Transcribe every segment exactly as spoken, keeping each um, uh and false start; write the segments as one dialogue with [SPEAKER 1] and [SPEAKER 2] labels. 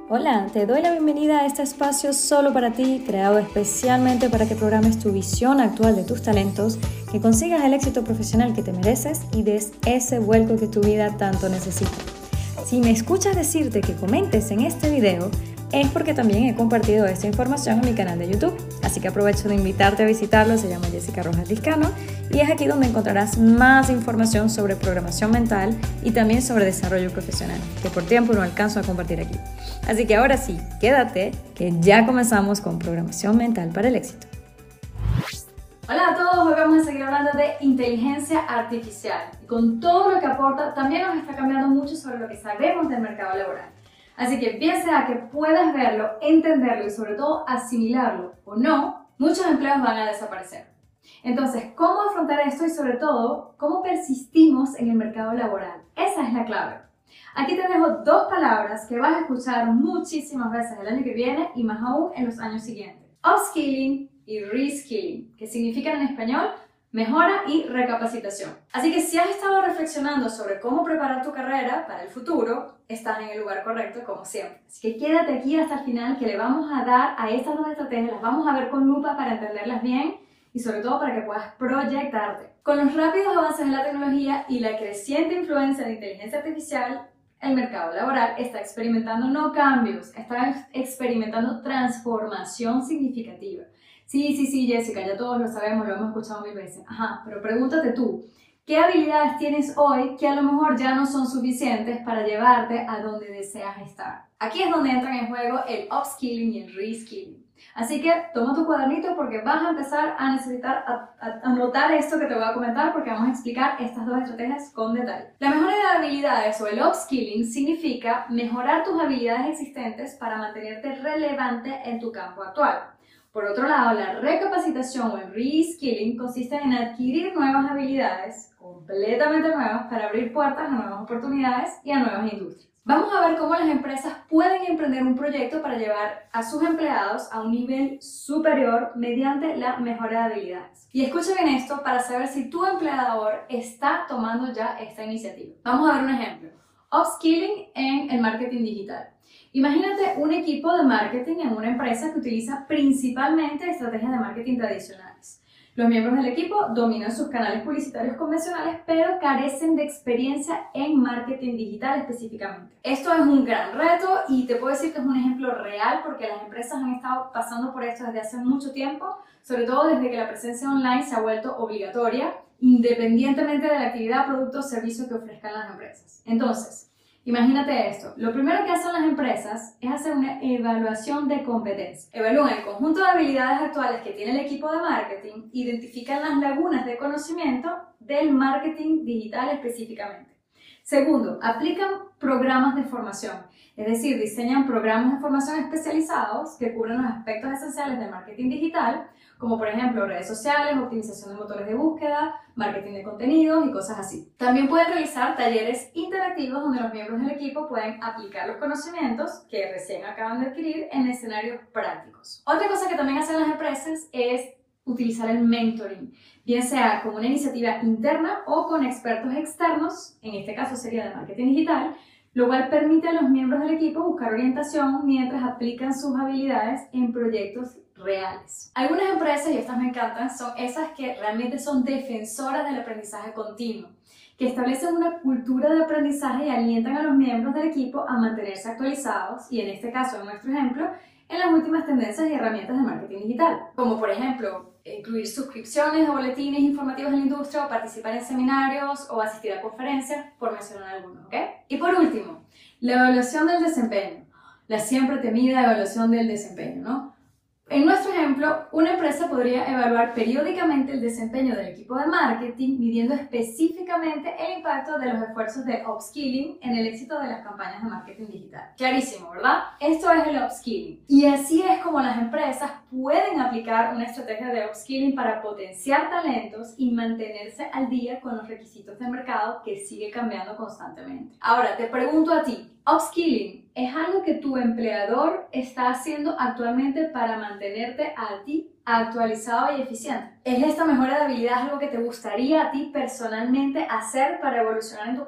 [SPEAKER 1] Hola, te doy la bienvenida a este espacio solo para ti, creado especialmente para que programes tu visión actual de tus talentos, que consigas el éxito profesional que te mereces y des ese vuelco que tu vida tanto necesita. Si me escuchas decirte que comentes en este video, es porque también he compartido esta información en mi canal de YouTube, así que aprovecho de invitarte a visitarlo. Se llama Jessica Rojas Liscano y es aquí donde encontrarás más información sobre programación mental y también sobre desarrollo profesional, que por tiempo no alcanzo a compartir aquí. Así que ahora sí, quédate, que ya comenzamos con programación mental para el éxito.
[SPEAKER 2] Hola a todos, hoy vamos a seguir hablando de inteligencia artificial y con todo lo que aporta también nos está cambiando mucho sobre lo que sabemos del mercado laboral. Así que bien sea que puedas verlo, entenderlo y sobre todo asimilarlo o no, muchos empleos van a desaparecer. Entonces, ¿cómo afrontar esto y sobre todo, cómo persistimos en el mercado laboral? Esa es la clave. Aquí te dejo dos palabras que vas a escuchar muchísimas veces el año que viene y más aún en los años siguientes. Upskilling y reskilling, que significan en español mejora y recapacitación. Así que si has estado reflexionando sobre cómo preparar tu carrera para el futuro, estás en el lugar correcto como siempre. Así que quédate aquí hasta el final, que le vamos a dar a estas dos estrategias, las vamos a ver con lupa para entenderlas bien y sobre todo para que puedas proyectarte. Con los rápidos avances de la tecnología y la creciente influencia de inteligencia artificial, el mercado laboral está experimentando no cambios, está experimentando transformación significativa. Sí, sí, sí, Jessica, ya todos lo sabemos, lo hemos escuchado mil veces. Ajá, pero pregúntate tú, ¿qué habilidades tienes hoy que a lo mejor ya no son suficientes para llevarte a donde deseas estar? Aquí es donde entran en juego el upskilling y el reskilling. Así que toma tu cuadernito porque vas a empezar a necesitar a, a, anotar esto que te voy a comentar, porque vamos a explicar estas dos estrategias con detalle. La mejora de habilidades o el upskilling significa mejorar tus habilidades existentes para mantenerte relevante en tu campo actual. Por otro lado, la recapacitación o el reskilling consiste en adquirir nuevas habilidades completamente nuevas para abrir puertas a nuevas oportunidades y a nuevas industrias. Vamos a ver cómo las empresas pueden emprender un proyecto para llevar a sus empleados a un nivel superior mediante la mejora de habilidades. Y escucha bien esto para saber si tu empleador está tomando ya esta iniciativa. Vamos a ver un ejemplo. Upskilling en el marketing digital. Imagínate un equipo de marketing en una empresa que utiliza principalmente estrategias de marketing tradicionales. Los miembros del equipo dominan sus canales publicitarios convencionales, pero carecen de experiencia en marketing digital específicamente. Esto es un gran reto y te puedo decir que es un ejemplo real porque las empresas han estado pasando por esto desde hace mucho tiempo, sobre todo desde que la presencia online se ha vuelto obligatoria, independientemente de la actividad, producto o servicio que ofrezcan las empresas. Entonces, imagínate esto, lo primero que hacen las empresas es hacer una evaluación de competencia. Evalúan el conjunto de habilidades actuales que tiene el equipo de marketing, identifican las lagunas de conocimiento del marketing digital específicamente. Segundo, aplican programas de formación, es decir, diseñan programas de formación especializados que cubren los aspectos esenciales del marketing digital, como por ejemplo redes sociales, optimización de motores de búsqueda, marketing de contenidos y cosas así. También pueden realizar talleres interactivos donde los miembros del equipo pueden aplicar los conocimientos que recién acaban de adquirir en escenarios prácticos. Otra cosa que también hacen las empresas es utilizar el mentoring, bien sea como una iniciativa interna o con expertos externos, en este caso sería de marketing digital, lo cual permite a los miembros del equipo buscar orientación mientras aplican sus habilidades en proyectos reales. Algunas empresas, y estas me encantan, son esas que realmente son defensoras del aprendizaje continuo, que establecen una cultura de aprendizaje y alientan a los miembros del equipo a mantenerse actualizados y, en este caso, en nuestro ejemplo, en las últimas tendencias y herramientas de marketing digital, como por ejemplo incluir suscripciones de boletines informativos en la industria o participar en seminarios o asistir a conferencias, por mencionar algunos, ¿ok? Y por último, la evaluación del desempeño, la siempre temida evaluación del desempeño, ¿no? En nuestro ejemplo, una empresa podría evaluar periódicamente el desempeño del equipo de marketing, midiendo específicamente el impacto de los esfuerzos de upskilling en el éxito de las campañas de marketing digital. Clarísimo, ¿verdad? Esto es el upskilling. Y así es como las empresas pueden aplicar una estrategia de upskilling para potenciar talentos y mantenerse al día con los requisitos de mercado que sigue cambiando constantemente. Ahora, te pregunto a ti, upskilling es algo que tu empleador está haciendo actualmente para mantenerte a ti actualizado y eficiente. ¿Es esta mejora de habilidad algo que te gustaría a ti personalmente hacer para evolucionar en tu campo?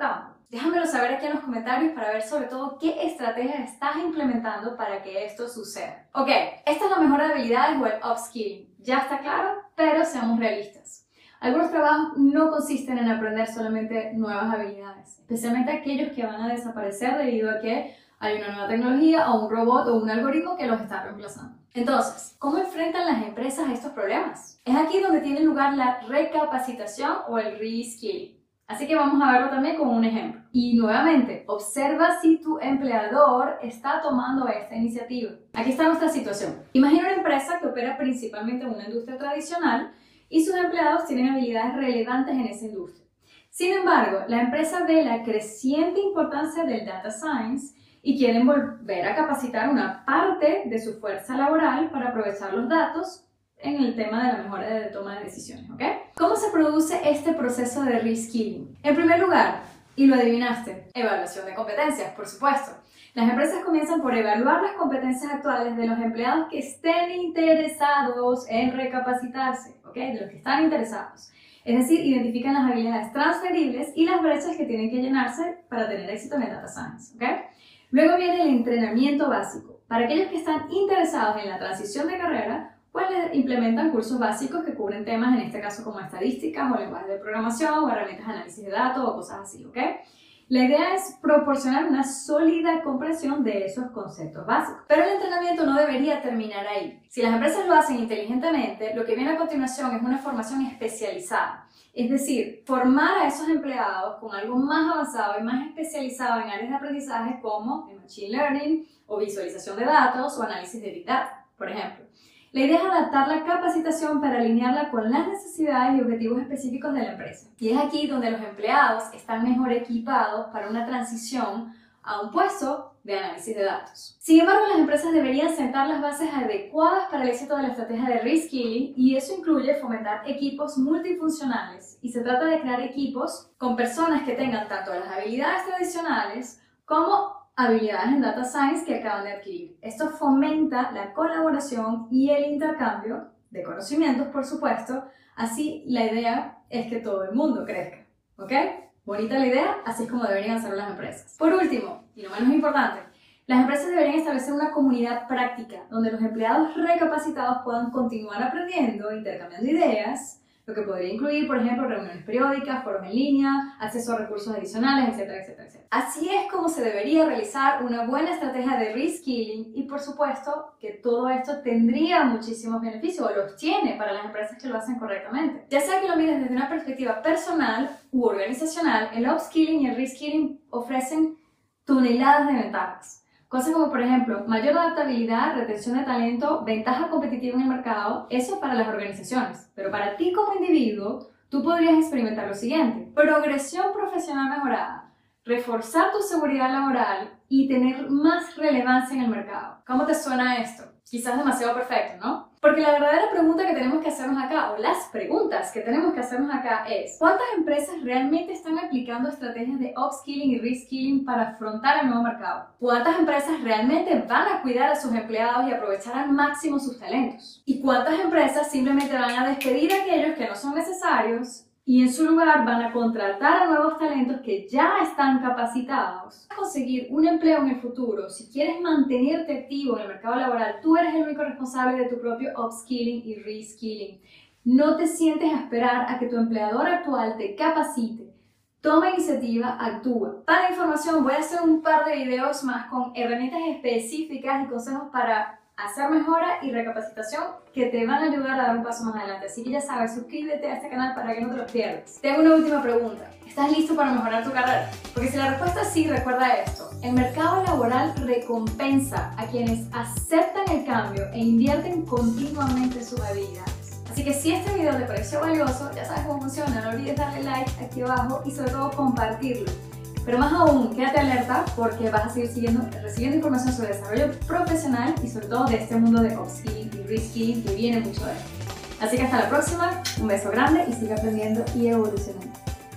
[SPEAKER 2] Déjamelo saber aquí en los comentarios para ver sobre todo qué estrategias estás implementando para que esto suceda. Ok, esta es la mejora de habilidades o el upskilling. Ya está claro, pero seamos realistas. Algunos trabajos no consisten en aprender solamente nuevas habilidades, especialmente aquellos que van a desaparecer debido a que hay una nueva tecnología o un robot o un algoritmo que los está reemplazando. Entonces, ¿cómo enfrentan las empresas estos problemas? Es aquí donde tiene lugar la recapacitación o el reskilling. Así que vamos a verlo también con un ejemplo. Y nuevamente, observa si tu empleador está tomando esta iniciativa. Aquí está nuestra situación. Imagina una empresa que opera principalmente en una industria tradicional y sus empleados tienen habilidades relevantes en esa industria. Sin embargo, la empresa ve la creciente importancia del data science y quieren volver a capacitar una parte de su fuerza laboral para aprovechar los datos en el tema de la mejora de toma de decisiones, ¿ok? ¿Cómo se produce este proceso de reskilling? En primer lugar, y lo adivinaste, evaluación de competencias, por supuesto. Las empresas comienzan por evaluar las competencias actuales de los empleados que estén interesados en recapacitarse, ¿ok? De los que están interesados. Es decir, identifican las habilidades transferibles y las brechas que tienen que llenarse para tener éxito en el data science, ¿ok? Luego viene el entrenamiento básico. Para aquellos que están interesados en la transición de carrera, pues implementan cursos básicos que cubren temas, en este caso como estadísticas o lenguajes de programación o herramientas de análisis de datos o cosas así, ¿ok? La idea es proporcionar una sólida comprensión de esos conceptos básicos. Pero el entrenamiento no debería terminar ahí. Si las empresas lo hacen inteligentemente, lo que viene a continuación es una formación especializada. Es decir, formar a esos empleados con algo más avanzado y más especializado en áreas de aprendizaje como el Machine Learning o visualización de datos o análisis de Big Data, por ejemplo. La idea es adaptar la capacitación para alinearla con las necesidades y objetivos específicos de la empresa. Y es aquí donde los empleados están mejor equipados para una transición a un puesto de análisis de datos. Sin embargo, las empresas deberían sentar las bases adecuadas para el éxito de la estrategia de reskilling y eso incluye fomentar equipos multifuncionales. Y se trata de crear equipos con personas que tengan tanto las habilidades tradicionales como habilidades en Data Science que acaban de adquirir. Esto fomenta la colaboración y el intercambio de conocimientos, por supuesto. Así, la idea es que todo el mundo crezca, ¿ok? Bonita la idea, así es como deberían hacerlo las empresas. Por último, y lo menos importante, las empresas deberían establecer una comunidad práctica donde los empleados recapacitados puedan continuar aprendiendo, intercambiando ideas, lo que podría incluir, por ejemplo, reuniones periódicas, foros en línea, acceso a recursos adicionales, etcétera, etcétera, etcétera. Así es como se debería realizar una buena estrategia de reskilling y, por supuesto, que todo esto tendría muchísimos beneficios, o los tiene para las empresas que lo hacen correctamente. Ya sea que lo mires desde una perspectiva personal u organizacional, el upskilling y el reskilling ofrecen toneladas de ventajas. Cosas como, por ejemplo, mayor adaptabilidad, retención de talento, ventaja competitiva en el mercado, eso para las organizaciones. Pero para ti como individuo, tú podrías experimentar lo siguiente: progresión profesional mejorada, reforzar tu seguridad laboral y tener más relevancia en el mercado. ¿Cómo te suena esto? Quizás demasiado perfecto, ¿no? Porque la verdadera pregunta que tenemos que hacernos acá, o las preguntas que tenemos que hacernos acá es: ¿cuántas empresas realmente están aplicando estrategias de upskilling y reskilling para afrontar el nuevo mercado? ¿Cuántas empresas realmente van a cuidar a sus empleados y aprovechar al máximo sus talentos? ¿Y cuántas empresas simplemente van a despedir a aquellos que no son necesarios y en su lugar van a contratar a nuevos talentos que ya están capacitados? Para conseguir un empleo en el futuro, si quieres mantenerte activo en el mercado laboral, tú eres el único responsable de tu propio upskilling y reskilling. No te sientes a esperar a que tu empleador actual te capacite. Toma iniciativa, actúa. Para información voy a hacer un par de videos más con herramientas específicas y consejos para hacer mejora y recapacitación que te van a ayudar a dar un paso más adelante. Así que ya sabes, suscríbete a este canal para que no te los pierdas. Te hago una última pregunta. ¿Estás listo para mejorar tu carrera? Porque si la respuesta es sí, recuerda esto: el mercado laboral recompensa a quienes aceptan el cambio e invierten continuamente en sus habilidades. Así que si este video te pareció valioso, ya sabes cómo funciona. No olvides darle like aquí abajo y sobre todo compartirlo. Pero más aún, quédate alerta porque vas a seguir siguiendo, recibiendo información sobre desarrollo profesional y sobre todo de este mundo de upskilling y reskilling que viene mucho de él. Así que hasta la próxima, un beso grande y sigue aprendiendo y evolucionando.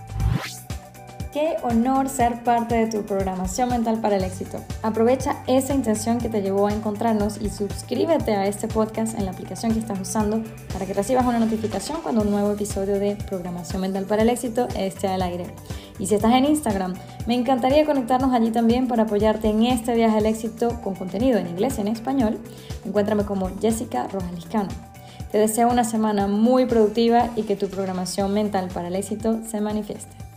[SPEAKER 1] Qué honor ser parte de tu programación mental para el éxito. Aprovecha esa intención que te llevó a encontrarnos y suscríbete a este podcast en la aplicación que estás usando para que recibas una notificación cuando un nuevo episodio de Programación Mental para el Éxito esté al aire. Y si estás en Instagram, me encantaría conectarnos allí también para apoyarte en este viaje al éxito con contenido en inglés y en español. Encuéntrame como Jessica Rojas Liscano. Te deseo una semana muy productiva y que tu programación mental para el éxito se manifieste.